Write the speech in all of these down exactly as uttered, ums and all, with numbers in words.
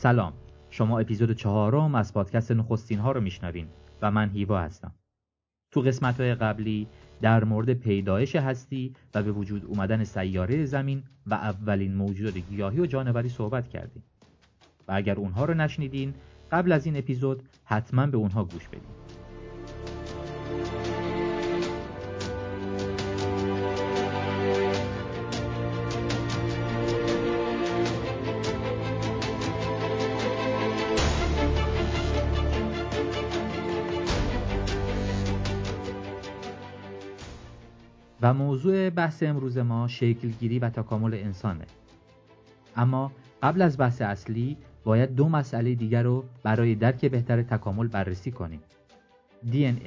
سلام، شما اپیزود چهارم از پادکست نخستین ها رو میشنوین و من هیوا هستم. تو قسمت‌های قبلی در مورد پیدایش هستی و به وجود اومدن سیاره زمین و اولین موجودات گیاهی و جانوری صحبت کردیم و اگر اونها رو نشنیدین قبل از این اپیزود حتما به اونها گوش بدین. و موضوع بحث امروز ما شکلگیری و تکامل انسانه. اما قبل از بحث اصلی باید دو مسئله دیگر رو برای درک بهتر تکامل بررسی کنیم. دی ان ای.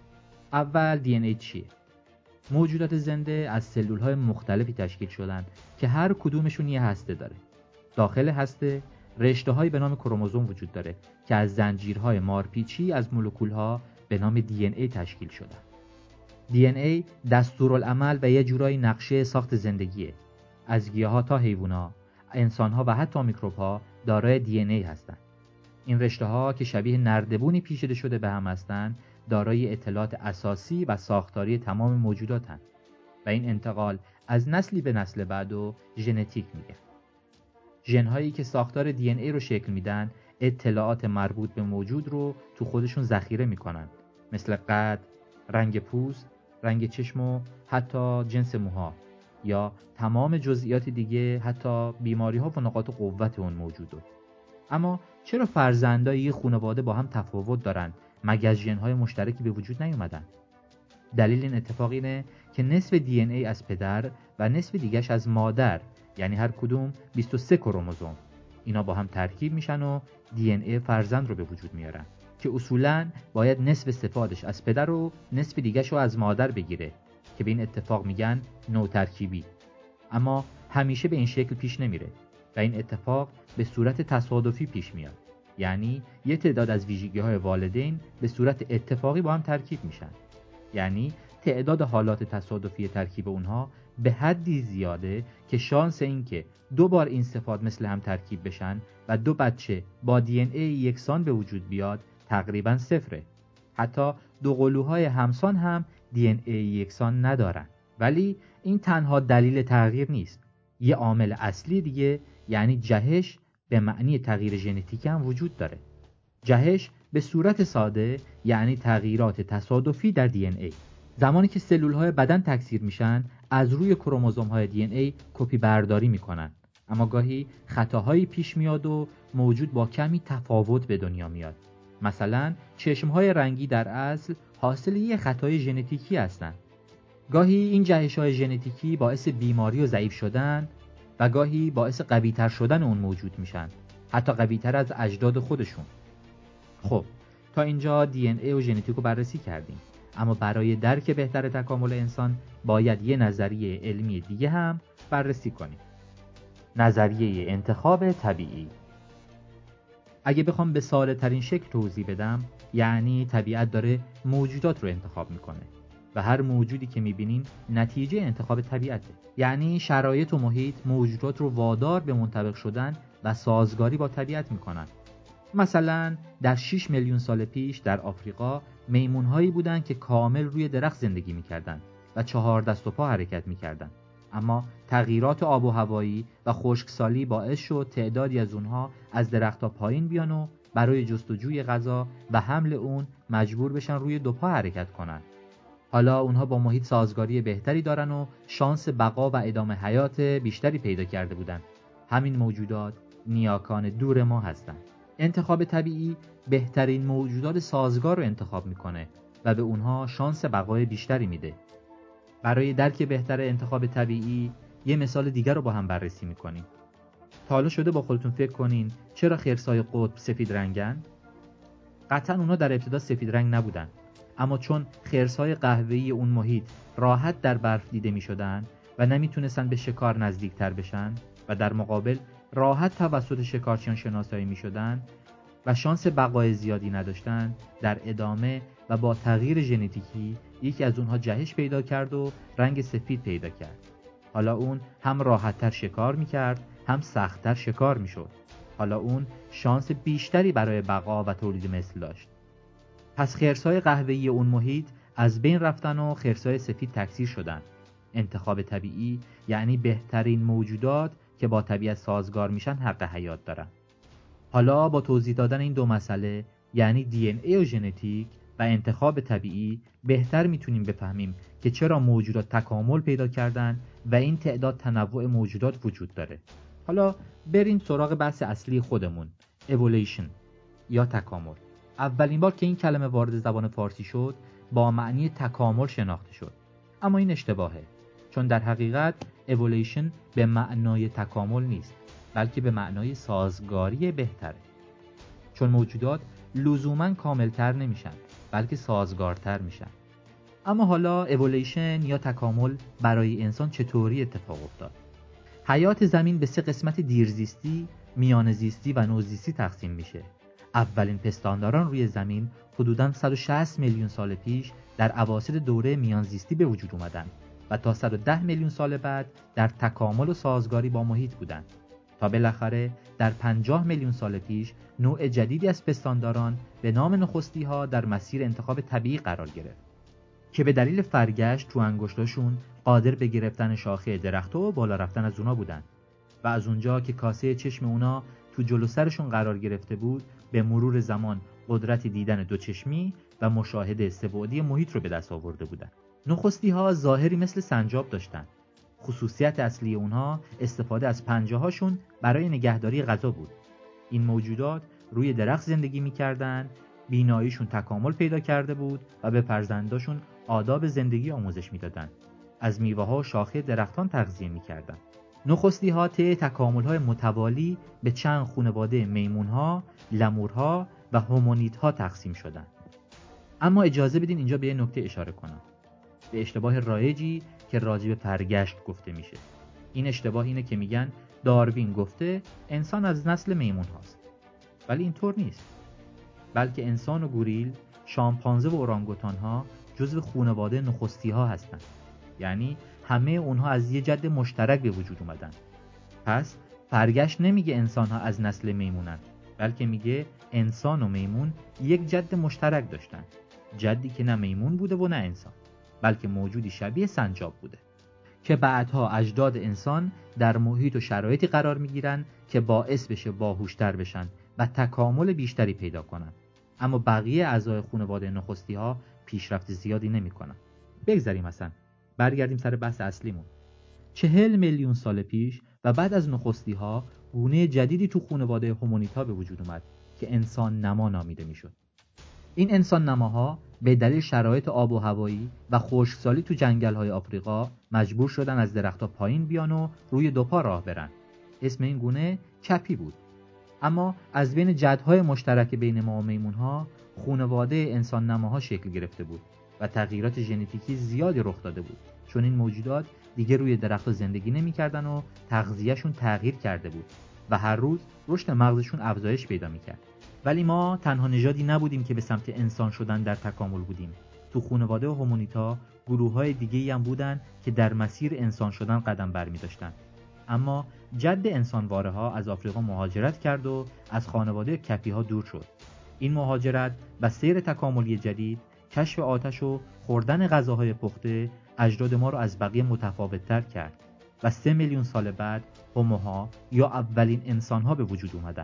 اول دی ان ای چیه؟ موجودات زنده از سلول‌های مختلفی تشکیل شدن که هر کدومشون یه هسته داره. داخل هسته رشته‌هایی به نام کروموزوم وجود داره که از زنجیرهای مارپیچی از مولکول‌ها به نام دی ان ای تشکیل شدن. دی ان ای دستورالعمل و یه جورایی نقشه ساخت زندگیه. از گیاها تا حیوونا، انسان‌ها و حتی میکروب‌ها دارای دی ان ای هستن. این رشته‌ها که شبیه نردبونی پیچیده شده به هم هستن، دارای اطلاعات اساسی و ساختاری تمام موجوداتن و این انتقال از نسلی به نسل بعدو ژنتیک میگه. ژن‌هایی که ساختار دی ان ای رو شکل میدن، اطلاعات مربوط به موجود رو تو خودشون ذخیره میکنن، مثل قد، رنگ پوست، رنگ چشم و حتی جنس موها یا تمام جزئیات دیگه، حتی بیماری‌ها و نقاط قوت اون موجودو. اما چرا فرزندای یه خانواده با هم تفاوت دارن مگر ژن‌های مشترکی به وجود نیومدن؟ دلیل این اتفاق اینه که نصف دی ان ای از پدر و نصف دیگه‌اش از مادر، یعنی هر کدوم بیست و سه کروموزوم، اینا با هم ترکیب میشن و دی ان ای فرزند رو به وجود میارن که اصولاً باید نصف استفادش از پدر و نصف دیگه‌شو از مادر بگیره که به این اتفاق میگن نوترکیبی. اما همیشه به این شکل پیش نمیره و این اتفاق به صورت تصادفی پیش میاد، یعنی یه تعداد از ویژگی‌های والدین به صورت اتفاقی با هم ترکیب میشن، یعنی تعداد حالات تصادفی ترکیب اونها به حدی زیاده که شانس این که دو بار این صفات مثل هم ترکیب بشن و دو بچه با دی ان ای یکسان به وجود بیاد تقریبا صفره. حتی دو قلوهای همسان هم دی ان ای یکسان ندارن. ولی این تنها دلیل تغییر نیست. یه عامل اصلی دیگه، یعنی جهش به معنی تغییر ژنتیکی هم وجود داره. جهش به صورت ساده یعنی تغییرات تصادفی در دی ان ای. زمانی که سلول‌های بدن تکثیر میشن، از روی کروموزوم‌های دی ان ای کپی برداری میکنن، اما گاهی خطاهایی پیش میاد و موجود با کمی تفاوت به دنیا میاد. مثلا چشم‌های رنگی در اصل حاصل یه خطای ژنتیکی هستن. گاهی این جهش‌های ژنتیکی باعث بیماری و ضعیف شدن و گاهی باعث قوی‌تر شدن اون موجود میشن، حتی قوی‌تر از اجداد خودشون. خب تا اینجا دی ان ای و ژنتیک رو بررسی کردیم، اما برای درک بهتر تکامل انسان باید یه نظریه علمی دیگه هم بررسی کنیم. نظریه انتخاب طبیعی. اگه بخوام به ساده ترین شکل توضیح بدم، یعنی طبیعت داره موجودات رو انتخاب میکنه و هر موجودی که میبینیم نتیجه انتخاب طبیعته. یعنی شرایط و محیط موجودات رو وادار به منطبق شدن و سازگاری با طبیعت میکنن. مثلا در شش میلیون سال پیش در آفریقا میمون‌هایی بودن که کامل روی درخت زندگی می‌کردند و چهار دست و پا حرکت می‌کردند. اما تغییرات آب و هوایی و خشکسالی باعث شد تعدادی از اونها از درخت‌ها پایین بیان و برای جستجوی غذا و حمل اون مجبور بشن روی دو پا حرکت کنن. حالا اونها با محیط سازگاری بهتری دارن و شانس بقا و ادامه حیات بیشتری پیدا کرده بودن. همین موجودات نیاکان دور ما هستند. انتخاب طبیعی بهترین موجودات سازگار رو انتخاب میکنه و به اونها شانس بقای بیشتری میده. برای درک بهتر انتخاب طبیعی یه مثال دیگر رو با هم بررسی میکنیم. تا حالا شده با خودتون فکر کنین چرا خرسای قطب سفید رنگن؟ قطعا اونا در ابتدا سفید رنگ نبودن، اما چون خرسای قهوه‌ای اون محیط راحت در برف دیده میشدن و نمیتونستن به شکار نزدیک تر بشن و در مقابل راحت توسط شکارچیان شناسایی میشدن و شانس بقای زیادی نداشتن، در ادامه و با تغییر ژنتیکی یکی از اونها جهش پیدا کرد و رنگ سفید پیدا کرد. حالا اون هم راحت‌تر شکار میکرد، هم سخت‌تر شکار میشد. حالا اون شانس بیشتری برای بقا و تولید مثل داشت. پس خرس‌های قهوه‌ای اون محیط از بین رفتن و خرس‌های سفید تکثیر شدن. انتخاب طبیعی یعنی بهترین موجودات که با طبیعت سازگار میشن حق حیات دارن. حالا با توضیح دادن این دو مسئله یعنی دی ان ای و ژنتیک و انتخاب طبیعی بهتر میتونیم بفهمیم که چرا موجودات تکامل پیدا کردن و این تعداد تنوع موجودات وجود داره. حالا بریم سراغ بحث اصلی خودمون، evolution یا تکامل. اولین بار که این کلمه وارد زبان فارسی شد با معنی تکامل شناخته شد، اما این اشتباهه، چون در حقیقت evolution به معنای تکامل نیست، بلکه به معنای سازگاری بهتره. چون موجودات لزوماً کاملتر نمیشن، بلکه سازگارتر میشن. اما حالا evolution یا تکامل برای انسان چطوری اتفاق افتاد؟ حیات زمین به سه قسمت دیرزیستی، میان زیستی و نوزیستی تقسیم میشه. اولین پستانداران روی زمین حدوداً صد و شصت میلیون سال پیش در اواسط دوره میان زیستی به وجود اومدن و تا صد و ده میلیون سال بعد در تکامل و سازگاری با محیط بودن، تا بالاخره در پنجاه میلیون سال پیش نوع جدیدی از پستانداران به نام نخستی‌ها در مسیر انتخاب طبیعی قرار گرفت که به دلیل فرگشت تو انگشتاشون قادر به گرفتن شاخه درخت‌ها و بالا رفتن از اونا بودن و از اونجا که کاسه چشم اونا تو جلو سرشون قرار گرفته بود، به مرور زمان قدرت دیدن دوچشمی و مشاهده سه‌بعدی محیط رو به دست آورده بودن. نخستی‌ها ظاهری مثل سنجاب داشتن. خصوصیت اصلی اونها استفاده از پنجه‌هاشون برای نگهداری غذا بود. این موجودات روی درخت زندگی می‌کردن، بیناییشون تکامل پیدا کرده بود و به فرزنداشون آداب زندگی آموزش میدادن. از میوه‌ها و شاخه درختان تغذیه می‌کردن. نخستی‌ها طی تکامل‌های متوالی به چند خانواده میمون‌ها، لمورها و هومونیدها تقسیم شدند. اما اجازه بدین اینجا به یه نکته اشاره کنم. به اشتباه رایجی که راجع به فرگشت گفته میشه. این اشتباه اینه که میگن داروین گفته انسان از نسل میمون هاست. ولی اینطور نیست. بلکه انسان و گوریل، شامپانزه و اورانگوتان ها جزو خانواده نخستی ها هستند. یعنی همه اونها از یه جد مشترک به وجود اومدن. پس فرگشت نمیگه انسان ها از نسل میمونن، بلکه میگه انسان و میمون یک جد مشترک داشتن. جدی که نه میمون بوده و نه انسان، بلکه موجودی شبیه سنجاب بوده که بعدها اجداد انسان در محیط و شرایطی قرار میگیرن که باعث بشه باهوشتر بشن و تکامل بیشتری پیدا کنن. اما بقیه اعضای خانواده نخستی ها پیشرفت زیادی نمیکنن. بگذاریم مثلا برگردیم سر بحث اصلیمون. چهل میلیون سال پیش و بعد از نخستی ها گونه جدیدی تو خانواده هومونیدها به وجود اومد که انسان نما نامیده میشد. این انسان نماها به دلیل شرایط آب و هوایی و خشکسالی تو جنگل‌های آفریقا مجبور شدن از درخت‌ها پایین بیان و روی دو پا راه برن. اسم این گونه چپی بود. اما از بین جدهای مشترک بین ما و میمون‌ها خانواده انسان نماها شکل گرفته بود و تغییرات ژنتیکی زیادی رخ داده بود، چون این موجودات دیگه روی درخت‌ها زندگی نمی‌کردن و تغذیه‌شون تغییر کرده بود و هر روز رشد مغزشون افزایش پیدا می‌کرد. ولی ما تنها نژادی نبودیم که به سمت انسان شدن در تکامل بودیم. تو خانواده هومونیدها گروه‌های دیگه‌ای هم بودن که در مسیر انسان شدن قدم برمی‌داشتن. اما جد انسانواره‌ها از آفریقا مهاجرت کرد و از خانواده کپی‌ها دور شد. این مهاجرت و سیر تکاملی جدید، کشف آتش و خوردن غذاهای پخته اجداد ما رو از بقیه متفاوت‌تر کرد و سه میلیون سال بعد هوموها یا اولین انسان‌ها به وجود اومدن.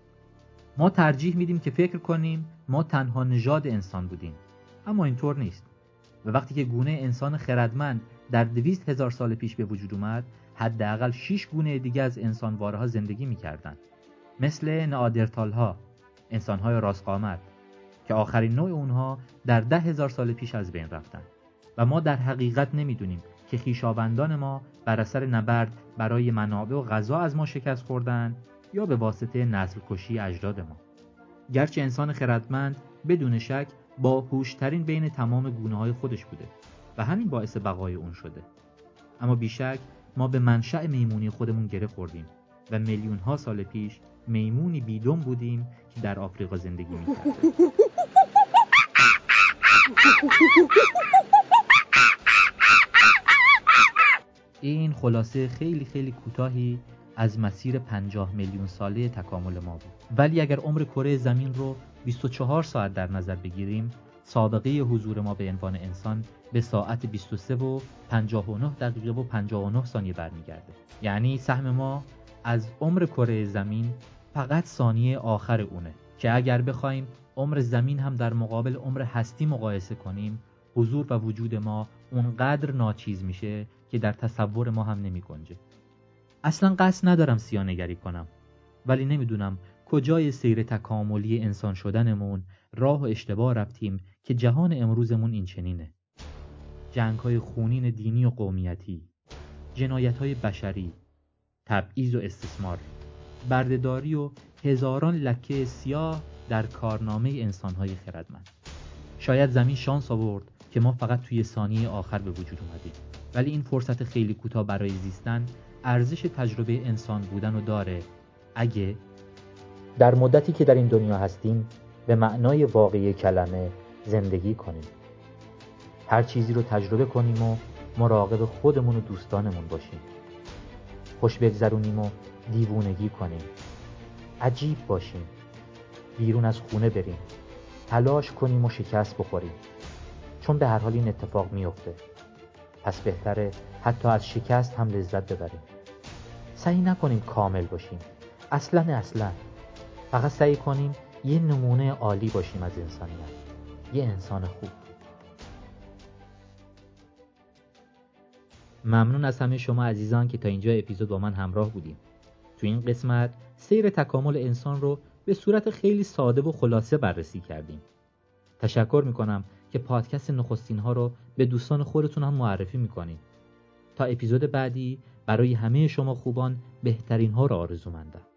ما ترجیح میدیم که فکر کنیم ما تنها نژاد انسان بودیم، اما اینطور نیست. و وقتی که گونه انسان خردمند در دویست هزار سال پیش به وجود اومد، حداقل شش گونه دیگه از انسانواره‌ها زندگی میکردن، مثل نئاندرتال‌ها، انسان‌های راست‌قامت که آخرین نوع اونها در ده هزار سال پیش از بین رفتن. و ما در حقیقت نمیدونیم که خویشاوندان ما بر اثر نبرد برای منابع و غذا از ما شکست خوردن یا به واسطه نسل کشی اجداد ما. گرچه انسان خردمند بدون شک باهوشترین بین تمام گونه‌های خودش بوده و همین باعث بقای اون شده، اما بیشک ما به منشأ میمونی خودمون گره خوردیم و میلیون ها سال پیش میمونی بیدم بودیم که در آفریقا زندگی می‌کرد. این خلاصه خیلی خیلی کوتاهی از مسیر پنجاه میلیون ساله تکامل ما بود. ولی اگر عمر کره زمین رو بیست و چهار ساعت در نظر بگیریم، سابقه حضور ما به عنوان انسان به ساعت بیست و سه و پنجاه و نه دقیقه و پنجاه و نه ثانیه برمیگرده. یعنی سهم ما از عمر کره زمین فقط ثانیه آخر اونه که اگر بخوایم عمر زمین هم در مقابل عمر هستی مقایسه کنیم، حضور و وجود ما اونقدر ناچیز میشه که در تصور ما هم نمی گنجه. اصلا قصد ندارم سیاه‌نگری کنم، ولی نمیدونم کجای سیر تکاملی انسان شدنمون راه و اشتباه رفتیم که جهان امروزمون این چنینه. جنگ‌های خونین دینی و قومیتی، جنایت‌های بشری، تبعیض و استثمار، بردهداری و هزاران لکه سیاه در کارنامه انسان‌های خردمند. شاید زمین شانس آورد که ما فقط توی ثانیه آخر به وجود اومدیم، ولی این فرصت خیلی کوتاه برای زیستن ارزش تجربه انسان بودن رو داره اگه در مدتی که در این دنیا هستیم به معنای واقعی کلمه زندگی کنیم. هر چیزی رو تجربه کنیم و مراقب خودمون و دوستانمون باشیم. خوش بگذرونیم و دیوونگی کنیم. عجیب باشیم. بیرون از خونه بریم. تلاش کنیم و شکست بخوریم. چون به هر حال این اتفاق میفته. پس بهتره حتی از شکست هم لذت ببریم. سعی نکنیم کامل باشیم. اصلاً اصلاً. فقط سعی کنیم یه نمونه عالی باشیم از انسانیت. یه انسان خوب. ممنون از همه شما عزیزان که تا اینجا اپیزود با من همراه بودیم. تو این قسمت سیر تکامل انسان رو به صورت خیلی ساده و خلاصه بررسی کردیم. تشکر میکنم که پادکست نخستین ها رو به دوستان خودتون هم معرفی میکنید. تا اپیزود بعدی برای همه شما خوبان بهترین ها رو آرزومندم.